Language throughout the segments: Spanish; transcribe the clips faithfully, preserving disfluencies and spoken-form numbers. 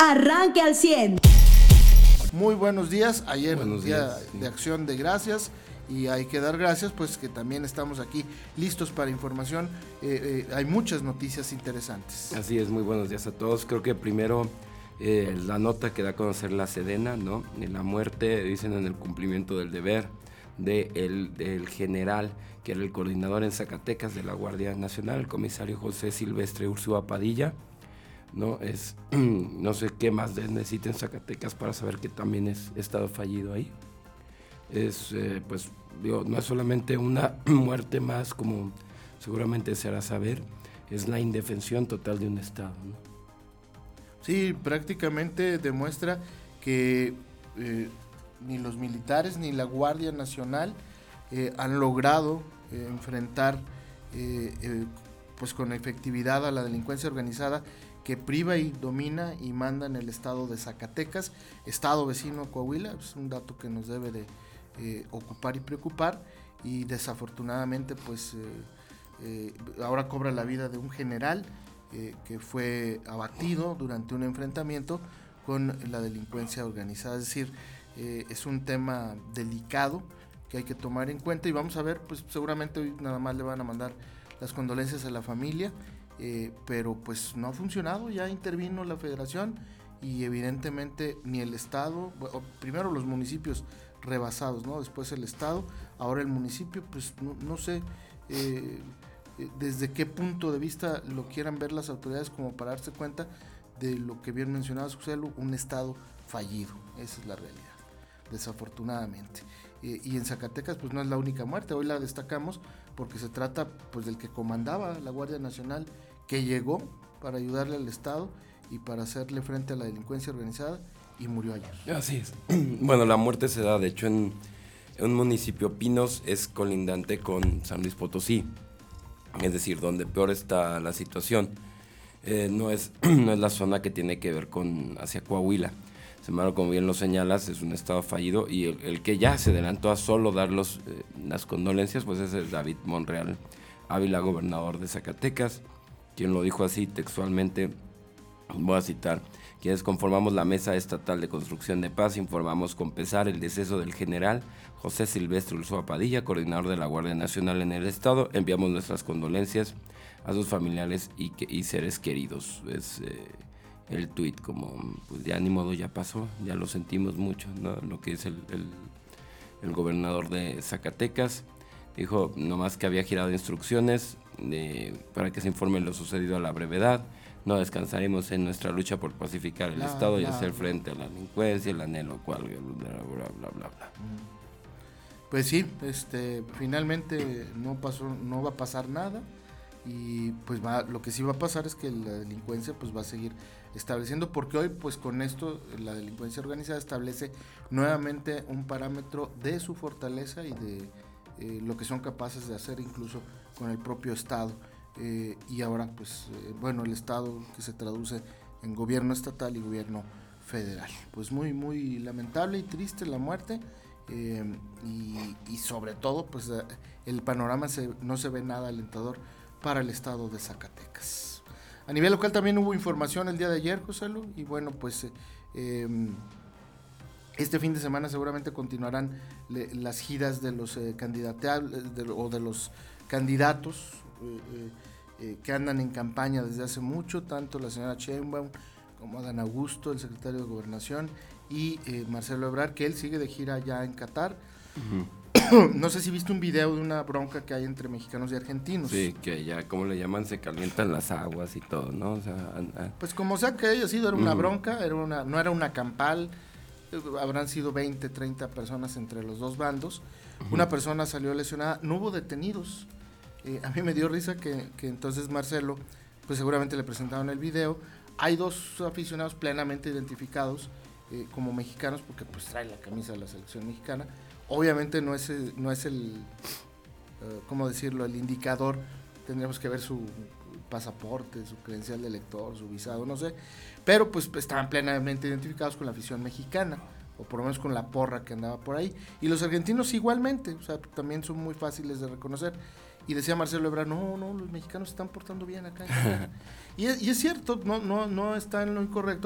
arranque al cien. Muy buenos días, ayer buenos día días, sí. de acción de gracias y hay que dar gracias pues que también estamos aquí listos para información, eh, eh, hay muchas noticias interesantes. Así es, muy buenos días a todos. Creo que primero eh, la nota que da a conocer la Sedena, ¿no? En la muerte, dicen en el cumplimiento del deber de el, del general que era el coordinador en Zacatecas de la Guardia Nacional, el comisario José Silvestre Ursúa Padilla. No es no sé qué más necesiten Zacatecas para saber que también es estado fallido ahí. Es eh, pues digo, no es solamente una muerte más, como seguramente se hará saber, es la indefensión total de un estado, ¿no? Sí, prácticamente demuestra que eh, ni los militares ni la Guardia Nacional eh, han logrado eh, enfrentar eh, eh, pues con efectividad a la delincuencia organizada que priva y domina y manda en el estado de Zacatecas, estado vecino a Coahuila. Es un dato que nos debe de eh, ocupar y preocupar, y desafortunadamente pues eh, eh, ahora cobra la vida de un general eh, que fue abatido durante un enfrentamiento con la delincuencia organizada. Es decir, eh, es un tema delicado que hay que tomar en cuenta, y vamos a ver, pues seguramente hoy nada más le van a mandar las condolencias a la familia. Eh, pero pues no ha funcionado, ya intervino la federación y evidentemente ni el estado, bueno, primero los municipios rebasados, ¿no? Después el estado, ahora el municipio, pues no, no sé eh, desde qué punto de vista lo quieran ver las autoridades como para darse cuenta de lo que bien mencionaba Suselo, un estado fallido. Esa es la realidad, desafortunadamente. Eh, y en Zacatecas pues no es la única muerte, hoy la destacamos porque se trata pues del que comandaba la Guardia Nacional, que llegó para ayudarle al Estado y para hacerle frente a la delincuencia organizada, y murió ayer. Así es. Bueno, la muerte se da de hecho en, en un municipio, Pinos es colindante con San Luis Potosí, es decir, donde peor está la situación. Eh, no, es, no es la zona que tiene que ver con hacia Coahuila. Sin embargo, como bien lo señalas, es un estado fallido, y el, el que ya se adelantó a solo dar los, eh, las condolencias, pues es el David Monreal Ávila, gobernador de Zacatecas, quien lo dijo así textualmente, voy a citar: quienes conformamos la Mesa Estatal de Construcción de Paz informamos con pesar el deceso del general José Silvestre Ursúa Padilla, coordinador de la Guardia Nacional en el estado. Enviamos nuestras condolencias a sus familiares y, que, y seres queridos. Es eh, el tuit, como pues ya ni modo, ya pasó, ya lo sentimos mucho, ¿no? Lo que es el, el, el gobernador de Zacatecas. Dijo nomás que había girado instrucciones de, para que se informe lo sucedido a la brevedad. No descansaremos en nuestra lucha por pacificar el bla, estado bla, y hacer frente a la delincuencia, el anhelo cual, bla, bla, bla, bla, bla, bla. Pues sí, este, finalmente no pasó, no va a pasar nada, y pues va, lo que sí va a pasar es que la delincuencia pues va a seguir estableciendo, porque hoy pues con esto la delincuencia organizada establece nuevamente un parámetro de su fortaleza y de eh, lo que son capaces de hacer incluso con el propio estado. Eh, y ahora pues eh, bueno, el estado que se traduce en gobierno estatal y gobierno federal. Pues muy muy lamentable y triste la muerte, eh, y, y sobre todo pues eh, el panorama se, no se ve nada alentador para el estado de Zacatecas. A nivel local también hubo información el día de ayer, José Lu, y bueno pues eh, eh, este fin de semana seguramente continuarán le, las giras de los eh, candidatos de, o de los candidatos eh, eh, que andan en campaña desde hace mucho, tanto la señora Sheinbaum como Adán Augusto, el secretario de Gobernación, y eh, Marcelo Ebrard, que él sigue de gira ya en Qatar. Uh-huh. No sé si viste un video de una bronca que hay entre mexicanos y argentinos. Sí, que ya, como le llaman, se calientan las aguas y todo, ¿no? O sea, a, a... Pues como sea que haya sido, era una uh-huh. bronca, era una, no era una campal, habrán sido veinte, treinta personas entre los dos bandos. Uh-huh. Una persona salió lesionada, no hubo detenidos. Eh, a mí me dio risa que, que entonces Marcelo, pues seguramente le presentaron el video. Hay dos aficionados plenamente identificados eh, como mexicanos, porque pues trae la camisa de la selección mexicana. Obviamente no es, no es el, uh, ¿cómo decirlo?, el indicador. Tendríamos que ver su pasaporte, su credencial de elector, su visado, no sé. Pero pues estaban plenamente identificados con la afición mexicana, o por lo menos con la porra que andaba por ahí. Y los argentinos igualmente, o sea, también son muy fáciles de reconocer. Y decía Marcelo Ebrard, no, no, los mexicanos se están portando bien acá. y, es, y es cierto, no, no, no está en lo incorrecto,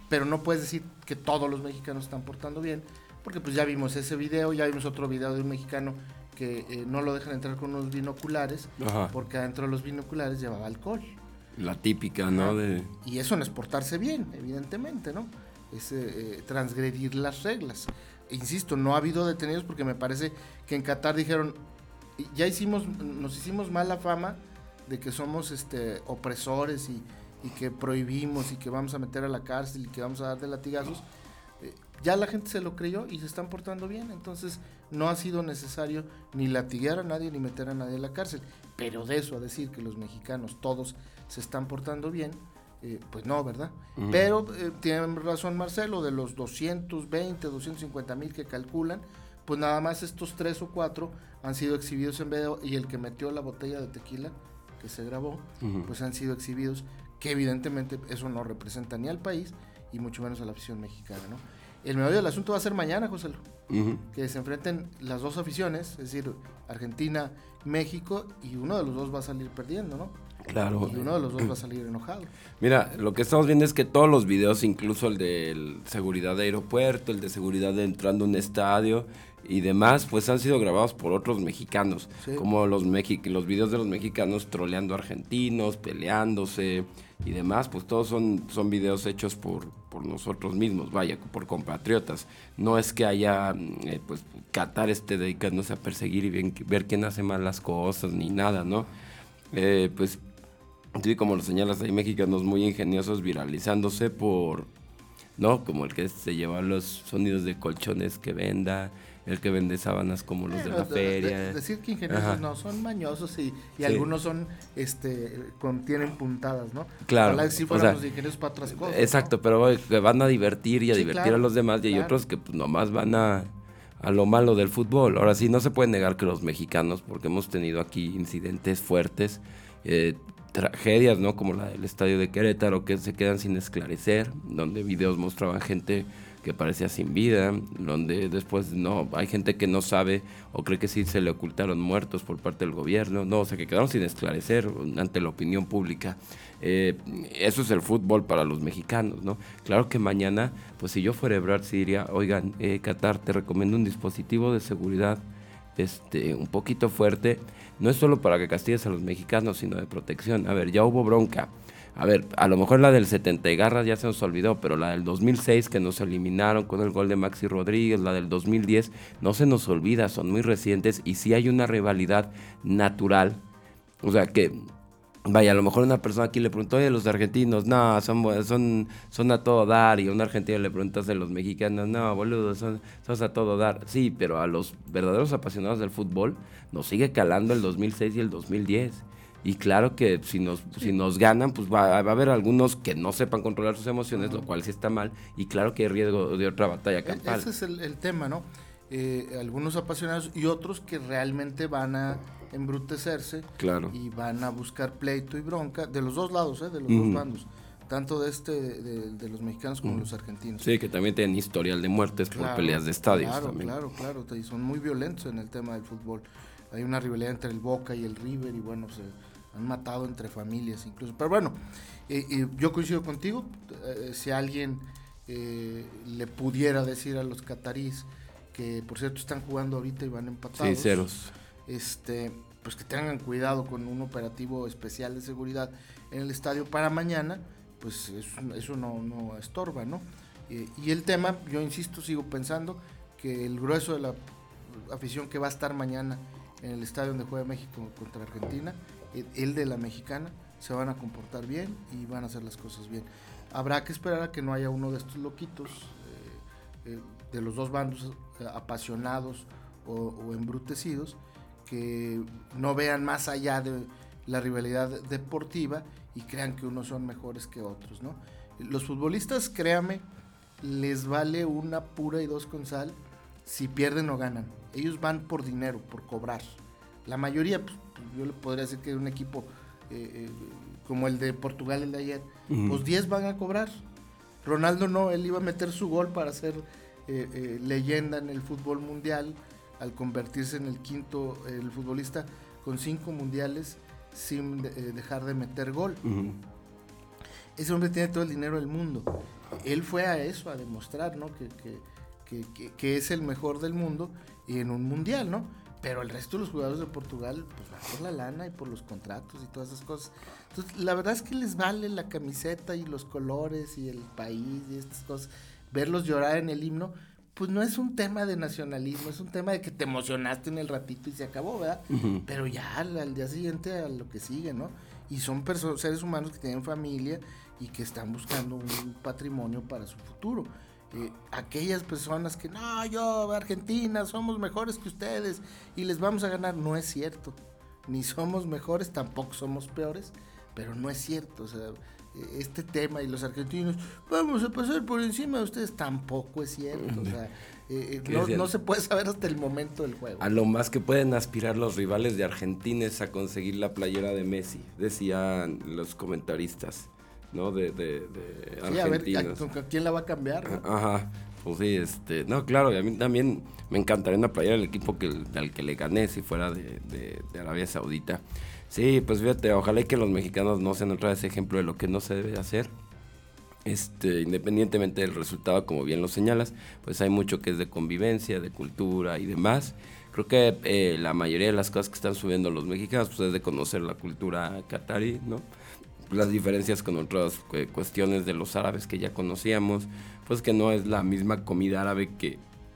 pero no puedes decir que todos los mexicanos están portando bien, porque pues ya vimos ese video, ya vimos otro video de un mexicano que eh, no lo dejan entrar con unos binoculares, Ajá. porque adentro de los binoculares llevaba alcohol. La típica, ¿no? De... Y eso no es portarse bien, evidentemente, ¿no? Es eh, transgredir las reglas. Insisto, no ha habido detenidos porque me parece que en Qatar dijeron, ya hicimos, nos hicimos mala fama de que somos este opresores y, y que prohibimos y que vamos a meter a la cárcel y que vamos a dar de latigazos. Eh, ya la gente se lo creyó y se están portando bien, entonces no ha sido necesario ni latiguear a nadie ni meter a nadie a la cárcel, pero de eso a decir que los mexicanos todos se están portando bien, eh, pues no, ¿verdad? Uh-huh. Pero eh, tiene razón Marcelo, de los doscientos veinte, doscientos cincuenta mil que calculan, pues nada más estos tres o cuatro han sido exhibidos en video, y el que metió la botella de tequila que se grabó, uh-huh. pues han sido exhibidos, que evidentemente eso no representa ni al país y mucho menos a la afición mexicana, ¿no? El meollo del asunto va a ser mañana, José Lu, uh-huh. que se enfrenten las dos aficiones, es decir, Argentina, México, y uno de los dos va a salir perdiendo, ¿no? Claro. Y uno de los dos va a salir enojado. Mira, lo que estamos viendo es que todos los videos, incluso el de seguridad de aeropuerto, el de seguridad de entrando a un estadio y demás, pues han sido grabados por otros mexicanos, sí. como los, mexi- los videos de los mexicanos troleando argentinos, peleándose y demás, pues todos son, son videos hechos por, por nosotros mismos, vaya, por compatriotas. No es que haya, eh, pues, Qatar esté dedicándose a perseguir y bien, ver quién hace mal las cosas, ni nada, ¿no? Eh, pues, sí, como lo señalas, hay mexicanos muy ingeniosos viralizándose por, ¿no? Como el que se lleva los sonidos de colchones que venda, el que vende sábanas como los de la de, feria. De, decir que ingeniosos Ajá. no, son mañosos y, y sí. algunos son, este, contienen puntadas, ¿no? Claro. Ojalá si fuéramos o sea, ingeniosos para otras cosas. Exacto, ¿no? Pero que van a divertir y a sí, divertir claro, a los demás, y hay claro. otros que pues, nomás van a, a lo malo del fútbol. Ahora sí, no se puede negar que los mexicanos, porque hemos tenido aquí incidentes fuertes, eh, tragedias, ¿no? Como la del estadio de Querétaro, que se quedan sin esclarecer, donde videos mostraban gente que parecía sin vida, donde después no, hay gente que no sabe o cree que sí se le ocultaron muertos por parte del gobierno, no, o sea que quedaron sin esclarecer ante la opinión pública. Eh, eso es el fútbol para los mexicanos, ¿no? Claro que mañana, pues si yo fuera Ebrard, sí diría, oigan, eh, Qatar, te recomiendo un dispositivo de seguridad este, un poquito fuerte, no es solo para que castigues a los mexicanos, sino de protección. A ver, ya hubo bronca. A ver, a lo mejor la del setenta y garras ya se nos olvidó, pero la del dos mil seis que nos eliminaron con el gol de Maxi Rodríguez, la del dos mil diez, no se nos olvida, son muy recientes y sí hay una rivalidad natural. O sea que, vaya, a lo mejor una persona aquí le preguntó, oye, los argentinos, no, son, son, son a todo dar, y a un argentino le preguntas a los mexicanos, no, boludo, son, son a todo dar. Sí, pero a los verdaderos apasionados del fútbol nos sigue calando el dos mil seis y el dos mil diez. Y claro que si nos si nos ganan, pues va, va a haber algunos que no sepan controlar sus emociones, uh-huh. lo cual sí está mal, y claro que hay riesgo de otra batalla campal. Ese es el, el tema, ¿no? Eh, algunos apasionados y otros que realmente van a embrutecerse, claro. y van a buscar pleito y bronca, de los dos lados, ¿eh? De los uh-huh. dos bandos, tanto de este de, de los mexicanos como uh-huh. los argentinos. Sí, que también tienen historial de muertes claro, por peleas de estadios. Claro, también. claro, claro, y son muy violentos en el tema del fútbol. Hay una rivalidad entre el Boca y el River, y bueno, se han matado entre familias incluso. Pero bueno, eh, eh, yo coincido contigo, eh, si alguien eh, le pudiera decir a los cataríes, que por cierto están jugando ahorita y van empatados. Sí, ceros. Este, pues que tengan cuidado con un operativo especial de seguridad en el estadio para mañana, pues eso, eso no, no estorba, ¿no? Eh, y el tema, yo insisto, sigo pensando que el grueso de la afición que va a estar mañana en el estadio donde juega México contra Argentina, el de la mexicana, se van a comportar bien y van a hacer las cosas bien. Habrá que esperar a que no haya uno de estos loquitos eh, eh, de los dos bandos eh, apasionados o, o embrutecidos, que no vean más allá de la rivalidad deportiva y crean que unos son mejores que otros, ¿no? Los futbolistas, créame, les vale una pura y dos con sal si pierden o ganan. Ellos van por dinero, por cobrar. La mayoría, pues, yo le podría decir que un equipo eh, eh, como el de Portugal el de ayer, uh-huh. pues diez van a cobrar. Ronaldo no, él iba a meter su gol para ser eh, eh, leyenda en el fútbol mundial, al convertirse en el quinto, eh, el futbolista con cinco mundiales sin de, eh, dejar de meter gol. Uh-huh. Ese hombre tiene todo el dinero del mundo. él fue a eso, a demostrar, ¿no? Que, que, que, que, que es el mejor del mundo y en un mundial, ¿no? Pero el resto de los jugadores de Portugal, pues va por la lana y por los contratos y todas esas cosas. Entonces, la verdad es que les vale la camiseta y los colores y el país y estas cosas. Verlos llorar en el himno, pues no es un tema de nacionalismo, es un tema de que te emocionaste en el ratito y se acabó, ¿verdad? Uh-huh. Pero ya al, al día siguiente a lo que sigue, ¿no? Y son perso- seres humanos que tienen familia y que están buscando un patrimonio para su futuro. Eh, aquellas personas que no, yo, Argentina, somos mejores que ustedes y les vamos a ganar, no es cierto, ni somos mejores, tampoco somos peores, pero no es cierto, o sea, este tema y los argentinos, vamos a pasar por encima de ustedes, tampoco es cierto, o sea, eh, no, no se puede saber hasta el momento del juego. A lo más que pueden aspirar los rivales de Argentina es a conseguir la playera de Messi, decían los comentaristas, ¿no? De, de, de sí, argentinos. A ver, ¿a, ¿a quién la va a cambiar? ¿No? Ajá, pues sí, este, no, claro, y a mí también me encantaría una playera del equipo que, al que le gané si fuera de, de, de Arabia Saudita. Sí, pues fíjate, ojalá y que los mexicanos no sean otra vez ejemplo de lo que no se debe hacer. Este, independientemente del resultado, como bien lo señalas, pues hay mucho que es de convivencia, de cultura y demás. Creo que eh, la mayoría de las cosas que están subiendo los mexicanos pues es de conocer la cultura catarí, ¿no? Las diferencias con otras eh, cuestiones de los árabes que ya conocíamos, pues que no es la misma comida árabe que,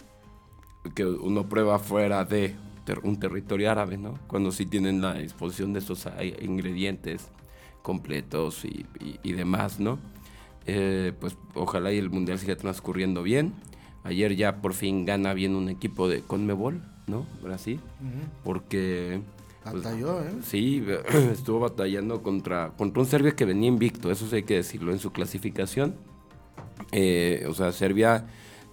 que uno prueba fuera de ter- un territorio árabe, ¿no? Cuando sí tienen la disposición de estos ingredientes completos y, y, y demás, ¿no? Eh, pues ojalá y el mundial siga transcurriendo bien. Ayer ya por fin gana bien un equipo de CONMEBOL, ¿no? Brasil, uh-huh. porque... Batalló, ¿eh? Sí, estuvo batallando contra, contra un Serbia que venía invicto, eso sí hay que decirlo, en su clasificación. Eh, o sea, Serbia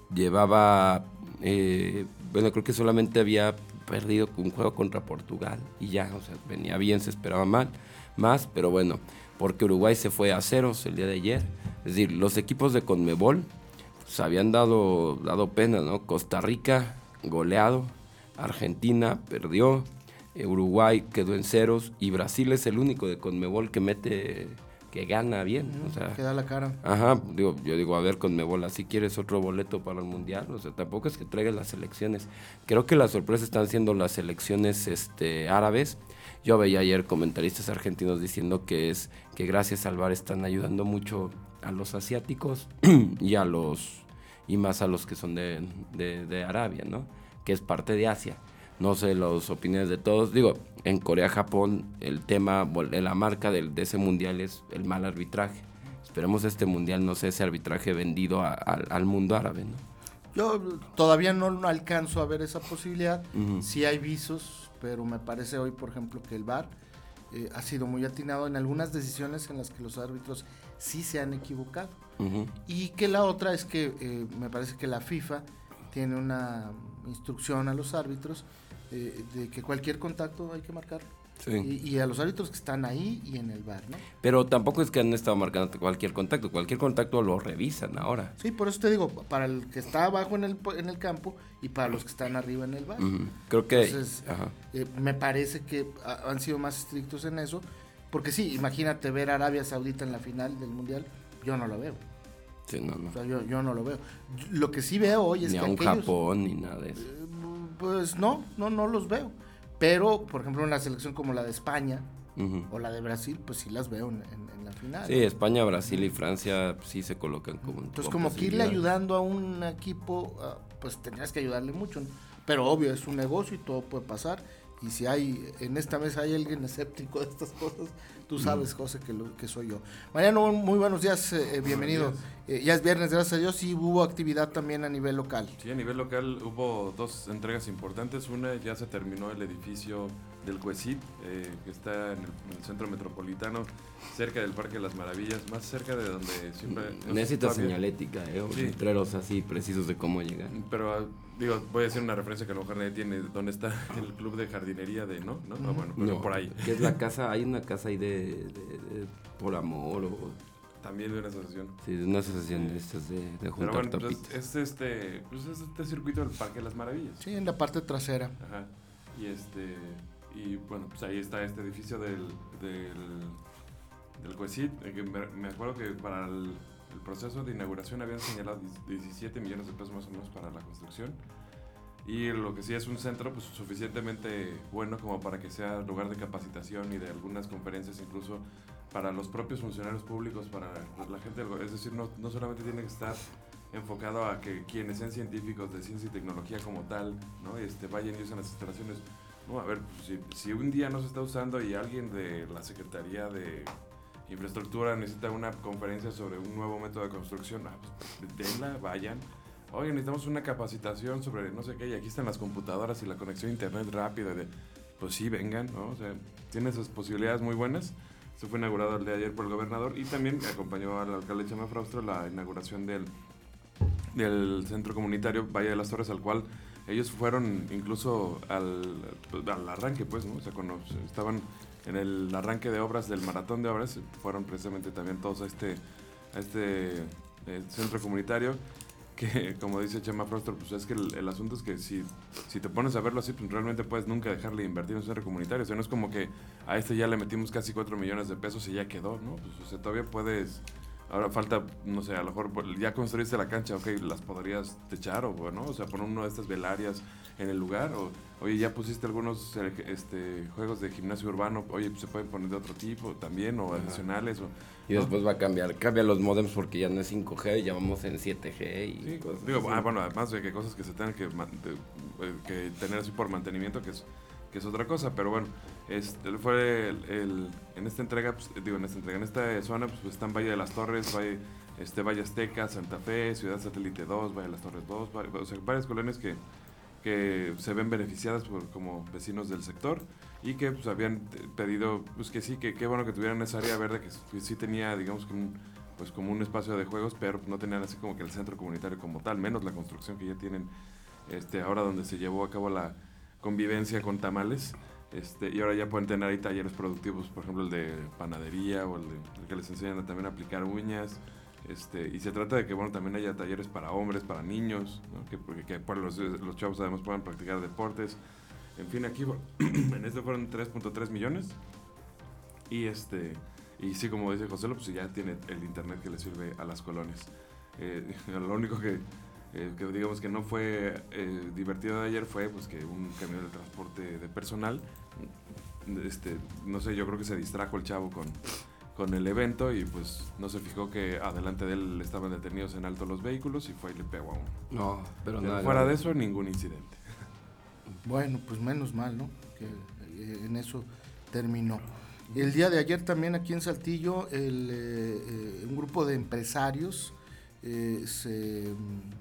llevaba, eh, bueno, creo que solamente había perdido un juego contra Portugal y ya, o sea, venía bien, se esperaba mal, más, pero bueno, porque Uruguay se fue a ceros el día de ayer. Es decir, los equipos de CONMEBOL pues, habían dado, dado pena, ¿no? Costa Rica, goleado, Argentina perdió, Uruguay quedó en ceros y Brasil es el único de CONMEBOL que mete, que gana bien, mm, o sea, que da la cara. Ajá, digo, yo digo, a ver, CONMEBOL, si quieres otro boleto para el mundial, o sea, tampoco es que traigas las selecciones. Creo que la sorpresa están siendo las selecciones este, árabes. Yo veía ayer comentaristas argentinos diciendo que es que gracias al V A R están ayudando mucho a los asiáticos y a los y más a los que son de, de, de Arabia, ¿no? Que es parte de Asia. No sé las opiniones de todos. Digo, en Corea, Japón, el tema, la marca de, de ese mundial es el mal arbitraje. Esperemos este mundial no sea ese arbitraje vendido a, a, al mundo árabe, ¿no? Yo todavía no, no alcanzo a ver esa posibilidad. Uh-huh. Sí hay visos, pero me parece hoy, por ejemplo, que el V A R eh, ha sido muy atinado en algunas decisiones en las que los árbitros sí se han equivocado. Uh-huh. Y que la otra es que eh, me parece que la FIFA tiene una instrucción a los árbitros eh, de que cualquier contacto hay que marcarlo. Sí. Y, y a los árbitros que están ahí y en el V A R, ¿no? Pero tampoco es que han estado marcando cualquier contacto, cualquier contacto lo revisan ahora. Sí, por eso te digo, para el que está abajo en el, en el campo y para los que están arriba en el V A R. Uh-huh. Creo que... Entonces, eh, me parece que ha, han sido más estrictos en eso, porque sí, imagínate ver a Arabia Saudita en la final del Mundial, yo no lo veo. Sí, no, no. O sea, yo, yo no lo veo. Lo que sí veo hoy es ni que a un aquellos, Japón ni nada de eso. Eh, pues no, no, no los veo. Pero, por ejemplo, una selección como la de España uh-huh. o la de Brasil, pues sí las veo en, en, en la final. Sí, España, Brasil y Francia sí se colocan como... Entonces, como que irle ayudando a un equipo, uh, pues tendrías que ayudarle mucho, ¿no? Pero obvio, es un negocio y todo puede pasar. Y si hay, en esta mesa hay alguien escéptico de estas cosas, tú sabes, José, que, lo, que soy yo. Mariano, muy buenos días, eh, bienvenido. Buenos días. Eh, ya es viernes, gracias a Dios, y hubo actividad también a nivel local. Sí, a nivel local hubo dos entregas importantes. Una, ya se terminó el edificio del CUESIT, eh, que está en el, en el centro metropolitano, cerca del Parque de las Maravillas, más cerca de donde siempre... Necesita señalética, eh, sí. letreros así precisos de cómo llegar. Pero, digo, voy a decir una referencia que a lo mejor nadie tiene, donde está el club de jardinería de, ¿no? No, no bueno, pero no, por ahí. Que es la casa, hay una casa ahí de, de, de por amor o... También de una asociación. Sí, de una asociación de estas de, de juntar bueno, tapitas. Pues es, este, pues es este circuito del Parque de las Maravillas. Sí, en la parte trasera. Ajá. Y este... Y bueno, pues ahí está este edificio del, del, del CUESIT, que me, me acuerdo que para el, el proceso de inauguración habían señalado diecisiete millones de pesos más o menos para la construcción. Y lo que sí es un centro pues suficientemente bueno como para que sea lugar de capacitación y de algunas conferencias incluso para los propios funcionarios públicos, para pues, la gente, es decir, no, no solamente tiene que estar enfocado a que quienes sean científicos de ciencia y tecnología como tal, ¿no? este, vayan y usen las instalaciones. No, a ver, pues, si, si un día no se está usando y alguien de la Secretaría de Infraestructura necesita una conferencia sobre un nuevo método de construcción, ah, pues, denla, vayan. Oye, necesitamos una capacitación sobre no sé qué, y aquí están las computadoras y la conexión a internet rápida. De, pues sí, vengan, ¿no? O sea, tiene esas posibilidades muy buenas. Se fue inaugurado el día de ayer por el gobernador y también acompañó al alcalde Chema Fraustro la inauguración del, del centro comunitario Valle de las Torres, al cual ellos fueron incluso al, al arranque, pues, ¿no? O sea, cuando estaban en el arranque de obras del maratón de obras, fueron precisamente también todos a este, a este eh, centro comunitario. Que como dice Chema Fraustro, pues es que el, el asunto es que si, si te pones a verlo así, pues realmente puedes nunca dejarle de invertir en un centro comunitario. O sea, no es como que a este ya le metimos casi cuatro millones de pesos y ya quedó, ¿no? Pues, o sea, todavía puedes, ahora falta, no sé, a lo mejor ya construiste la cancha, ok, las podrías techar o, ¿no? O sea, poner una de estas velarias en el lugar, o oye, ya pusiste algunos este, juegos de gimnasio urbano, oye, pues se pueden poner de otro tipo también, o Ajá. adicionales, o... Y ¿no? Después va a cambiar, cambia los modems porque ya no es cinco G, ya vamos en siete G y sí, cosas digo, así. Ah, bueno, además de que cosas que se tengan que, de, que tener así por mantenimiento, que es, que es otra cosa, pero bueno, este, fue el, el, en esta entrega, pues, digo, en esta entrega, en esta zona, pues están Valle de las Torres, Valle, este, Valle Azteca, Santa Fe, Ciudad Satélite dos, Valle de las Torres dos, Valle, o sea, varias colonias que que se ven beneficiadas por, como vecinos del sector y que pues habían pedido pues que sí, que qué bueno que tuvieran esa área verde que, que sí tenía digamos que un, pues como un espacio de juegos, pero no tenían así como que el centro comunitario como tal, menos la construcción que ya tienen este ahora donde se llevó a cabo la convivencia con tamales. Este, y ahora ya pueden tener ahí talleres productivos, por ejemplo el de panadería o el, de, el que les enseñan a, también a aplicar uñas. Este, y se trata de que bueno también haya talleres para hombres, para niños, ¿no? que, porque, que bueno, los, los chavos además puedan practicar deportes. En fin, aquí en este fueron tres punto tres millones. Y este y sí, como dice José, pues ya tiene el internet que le sirve a las colonias. Eh, lo único que, eh, que digamos que no fue eh, divertido de ayer fue pues que un camión de transporte de personal, este, no sé, yo creo que se distrajo el chavo con con el evento y pues no se fijó que adelante de él estaban detenidos en alto los vehículos y fue y le pegó a uno. No, pero o sea, nada. Fuera de eso, ningún incidente. Bueno, pues menos mal, ¿no? Que eh, en eso terminó. El día de ayer también aquí en Saltillo, el, eh, un grupo de empresarios eh, se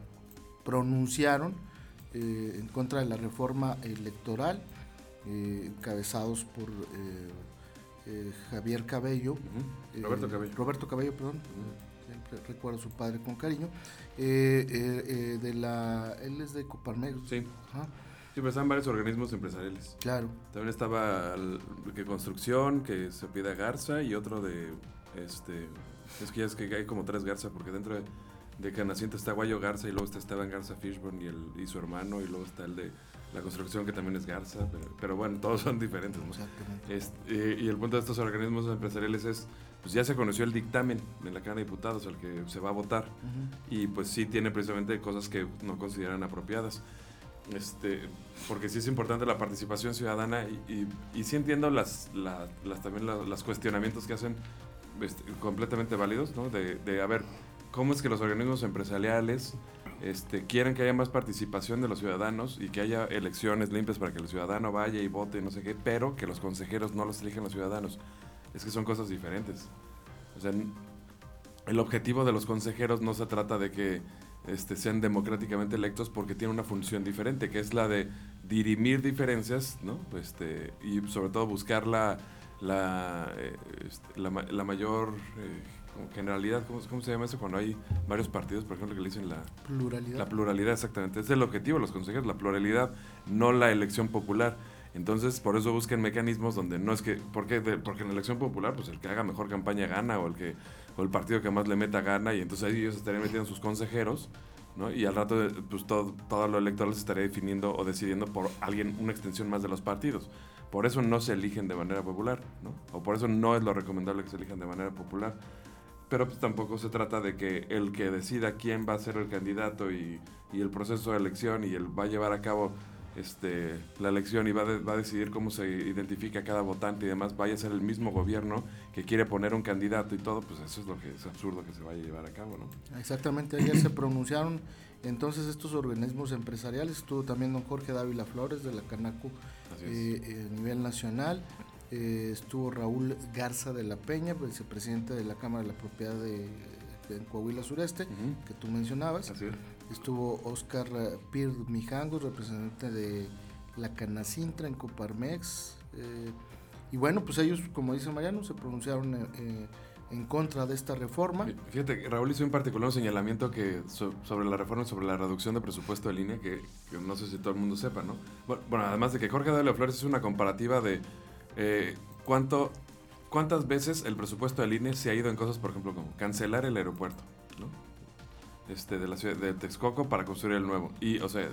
pronunciaron eh, en contra de la reforma electoral, eh, encabezados por... Eh, Eh, Javier Cabello, uh-huh. Roberto eh, Cabello, Roberto Cabello, perdón, uh-huh. siempre recuerdo a su padre con cariño, eh, eh, eh, de la, él es de Coparmex. Sí, Ajá. sí, pero estaban varios organismos empresariales. Claro. También estaba el, que construcción, que se pide Garza y otro de, este, es que ya es que hay como tres Garza, porque dentro de, de Canacinto está Guayo Garza y luego está Esteban Garza Fishburne y, el, y su hermano y luego está el de la construcción que también es Garza, pero, pero bueno, todos son diferentes, ¿no? Exactamente. Este, eh, y el punto de estos organismos empresariales es, pues ya se conoció el dictamen en la Cámara de Diputados al que se va a votar, uh-huh. y pues sí tiene precisamente cosas que no consideran apropiadas, este, porque sí es importante la participación ciudadana y, y, y sí entiendo las, la, las también los las cuestionamientos que hacen este, completamente válidos, ¿no? De, de a ver, ¿cómo es que los organismos empresariales Este, quieren que haya más participación de los ciudadanos y que haya elecciones limpias para que el ciudadano vaya y vote, no sé qué, pero que los consejeros no los eligen los ciudadanos? Es que son cosas diferentes. O sea, el objetivo de los consejeros no se trata de que este, sean democráticamente electos porque tienen una función diferente, que es la de dirimir diferencias, ¿no? Este, y sobre todo buscar la, la, eh, este, la, la mayor... Eh, generalidad, ¿cómo, ¿cómo se llama eso? Cuando hay varios partidos, por ejemplo, que le dicen la pluralidad. La pluralidad, exactamente. Es el objetivo de los consejeros, la pluralidad, no la elección popular. Entonces, por eso buscan mecanismos donde no es que, porque, de, porque en la elección popular, pues el que haga mejor campaña gana, o el que o el partido que más le meta gana, y entonces ahí ellos estarían metiendo sus consejeros, ¿no? Y al rato, pues todo, todo lo electoral se estaría definiendo o decidiendo por alguien, una extensión más de los partidos. Por eso no se eligen de manera popular, ¿no? O por eso no es lo recomendable que se elijan de manera popular. pero pues tampoco se trata de que el que decida quién va a ser el candidato y, y el proceso de elección y él va a llevar a cabo este, la elección y va, de, va a decidir cómo se identifica cada votante y demás, vaya a ser el mismo gobierno que quiere poner un candidato y todo, pues eso es lo que es absurdo que se vaya a llevar a cabo, ¿no? Exactamente, ayer se pronunciaron entonces estos organismos empresariales, estuvo también don Jorge Dávila Flores de la Canaco eh, a nivel nacional, eh, estuvo Raúl Garza de la Peña, vicepresidente de la Cámara de la Propiedad de, de Coahuila Sureste, uh-huh. que tú mencionabas. Así es. Estuvo Oscar Pir Mijangos, representante de la Canacintra en Coparmex. Eh, y bueno, pues ellos, como dice Mariano, se pronunciaron eh, en contra de esta reforma. Fíjate, Raúl hizo en particular un señalamiento que so, sobre la reforma, sobre la reducción de presupuesto de línea, que, que no sé si todo el mundo sepa, ¿no? Bueno, bueno además de que Jorge Dávila Flores es una comparativa de eh, cuánto, cuántas veces el presupuesto del I N E se ha ido en cosas, por ejemplo, como cancelar el aeropuerto, ¿no? Este, de la ciudad de Texcoco para construir el nuevo. Y, o sea,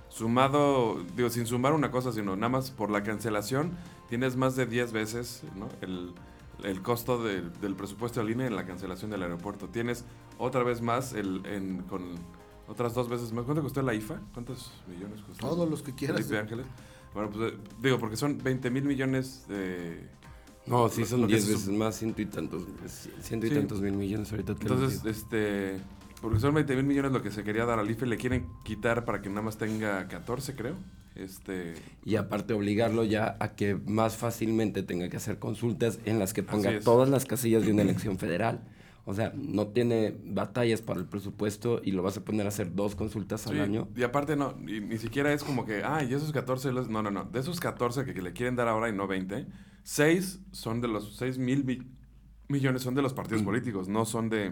sumado, digo, sin sumar una cosa, sino nada más por la cancelación, tienes más de diez veces, ¿no? el, el costo de, del presupuesto de la línea en la cancelación del aeropuerto. Tienes otra vez más, el, en, con otras dos veces más. ¿Cuánto costó la I F A? ¿Cuántos millones costó? Todos los que quieras. Felipe Ángeles. Bueno, pues digo, porque son veinte mil millones de... No, sí, son diez veces más, ciento y tantos, ciento y sí. tantos mil millones ahorita. Te Entonces, este... Porque son veinte mil millones lo que se quería dar al I F E, le quieren quitar para que nada más tenga catorce, creo. Este... Y aparte obligarlo ya a que más fácilmente tenga que hacer consultas en las que ponga todas las casillas de una elección federal. O sea, no tiene batallas para el presupuesto y lo vas a poner a hacer dos consultas sí, al año. Y aparte no, y, ni siquiera es como que, ah, y esos catorce, los... no, no, no. De esos catorce que, que le quieren dar ahora y no veinte, seis son de los seis mil mi- millones son de los partidos mm. políticos, no son de...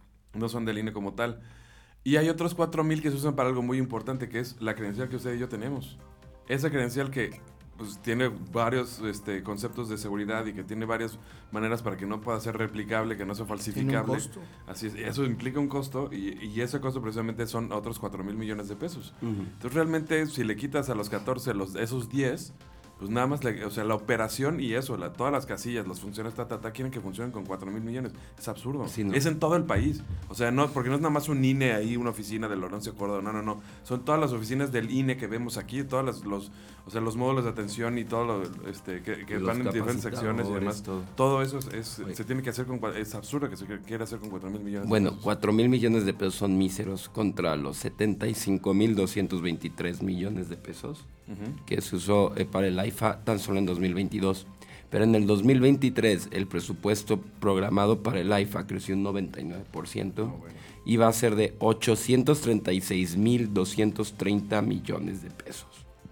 no son del I N E como tal. Y hay otros cuatro mil que se usan para algo muy importante, que es la credencial que usted y yo tenemos. Esa credencial que pues, tiene varios este, conceptos de seguridad y que tiene varias maneras para que no pueda ser replicable, que no sea falsificable. Tiene un costo. Así es, eso implica un costo y, y ese costo precisamente son otros cuatro mil millones de pesos. Uh-huh. Entonces realmente si le quitas a los catorce los, esos diez... pues nada más, le, o sea, la operación y eso, la, todas las casillas, las funciones, ta, ta, ta, quieren que funcionen con cuatro mil millones. Es absurdo. Sí, no. Es en todo el país. O sea, no, porque no es nada más un I N E ahí, una oficina de Lorenzo Córdoba. No, no, no. Son todas las oficinas del I N E que vemos aquí, todas las, los, o sea, los módulos de atención y todo lo, este, que, que van en diferentes secciones y demás. Todo, todo eso es, es se tiene que hacer con, es absurdo que se quiera hacer con cuatro mil millones. Bueno, cuatro mil millones de pesos son míseros contra los setenta y cinco mil doscientos veintitrés millones de pesos uh-huh. que se usó eh, para el I F A tan solo en dos mil veintidós. Pero en el dos mil veintitrés el presupuesto programado para el I F A creció un noventa y nueve por ciento oh, bueno. y va a ser de ochocientos treinta y seis mil doscientos treinta millones de pesos.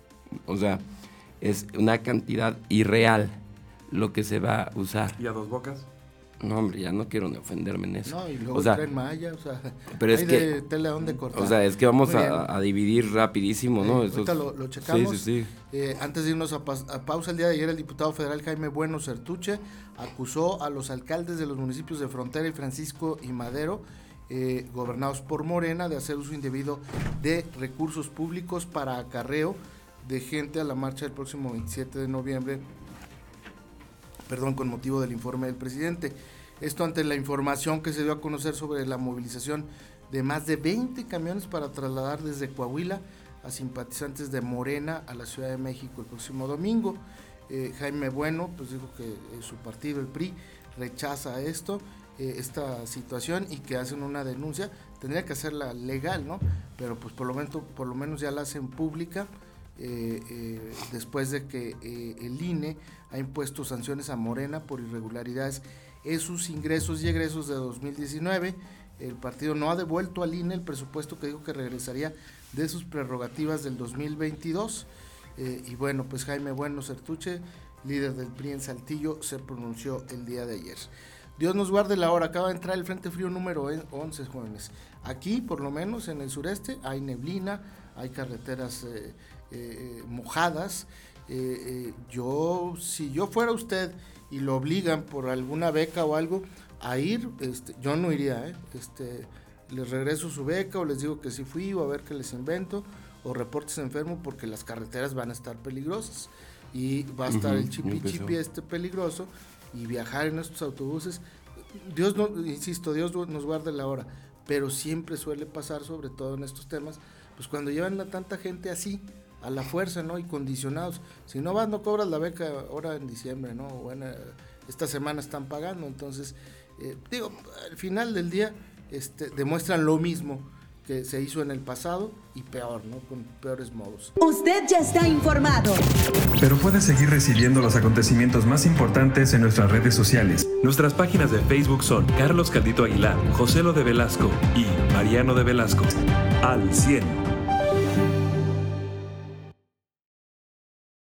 O sea, es una cantidad irreal lo que se va a usar. ¿Y a dos bocas? No, hombre, ya no quiero ni ofenderme en eso. No, y luego o sea, traen malla, o sea, pero es hay que, de tela donde cortar. O sea, es que vamos a, a dividir rapidísimo, ¿no? Eh, ahorita lo, lo checamos. Sí, sí, sí. Eh, antes de irnos a, pa- a pausa, el día de ayer el diputado federal Jaime Bueno Certuche acusó a los alcaldes de los municipios de Frontera y Francisco y Madero, eh, gobernados por Morena, de hacer uso indebido de recursos públicos para acarreo de gente a la marcha del próximo veintisiete de noviembre, perdón, con motivo del informe del presidente. Esto ante la información que se dio a conocer sobre la movilización de más de veinte camiones para trasladar desde Coahuila a simpatizantes de Morena a la Ciudad de México el próximo domingo. Eh, Jaime Bueno pues dijo que eh, su partido, el P R I, rechaza esto, eh, esta situación y que hacen una denuncia. Tendría que hacerla legal, ¿no? Pero pues por lo menos, por lo menos ya la hacen pública. Eh, eh, después de que eh, el I N E ha impuesto sanciones a Morena por irregularidades en sus ingresos y egresos de dos mil diecinueve. El partido no ha devuelto al I N E el presupuesto que dijo que regresaría de sus prerrogativas del dos mil veintidós. Eh, y bueno, pues Jaime Bueno Certuche, líder del P R I en Saltillo, se pronunció el día de ayer. Dios nos guarde la hora, acaba de entrar el Frente Frío número once, jóvenes. Aquí, por lo menos en el sureste, hay neblina, hay carreteras eh, eh, mojadas. Eh, eh, yo, si yo fuera usted y lo obligan por alguna beca o algo a ir, este, yo no iría, ¿eh? este, les regreso su beca o les digo que sí fui o a ver qué les invento o reportes enfermo porque las carreteras van a estar peligrosas y va a estar uh-huh, el chipi chipi este peligroso y viajar en estos autobuses, Dios, no, insisto, Dios nos guarde la hora, pero siempre suele pasar, sobre todo en estos temas, pues cuando llevan a tanta gente así, a la fuerza, ¿no? Y condicionados. Si no vas, no cobras la beca ahora en diciembre, ¿no? Bueno, esta semana están pagando, entonces, eh, digo, al final del día este, demuestran lo mismo que se hizo en el pasado y peor, ¿no? Con peores modos. Usted ya está informado. Pero puede seguir recibiendo los acontecimientos más importantes en nuestras redes sociales. Nuestras páginas de Facebook son Carlos Caldito Aguilar, José Lo de Velasco y Mariano de Velasco. Al cien.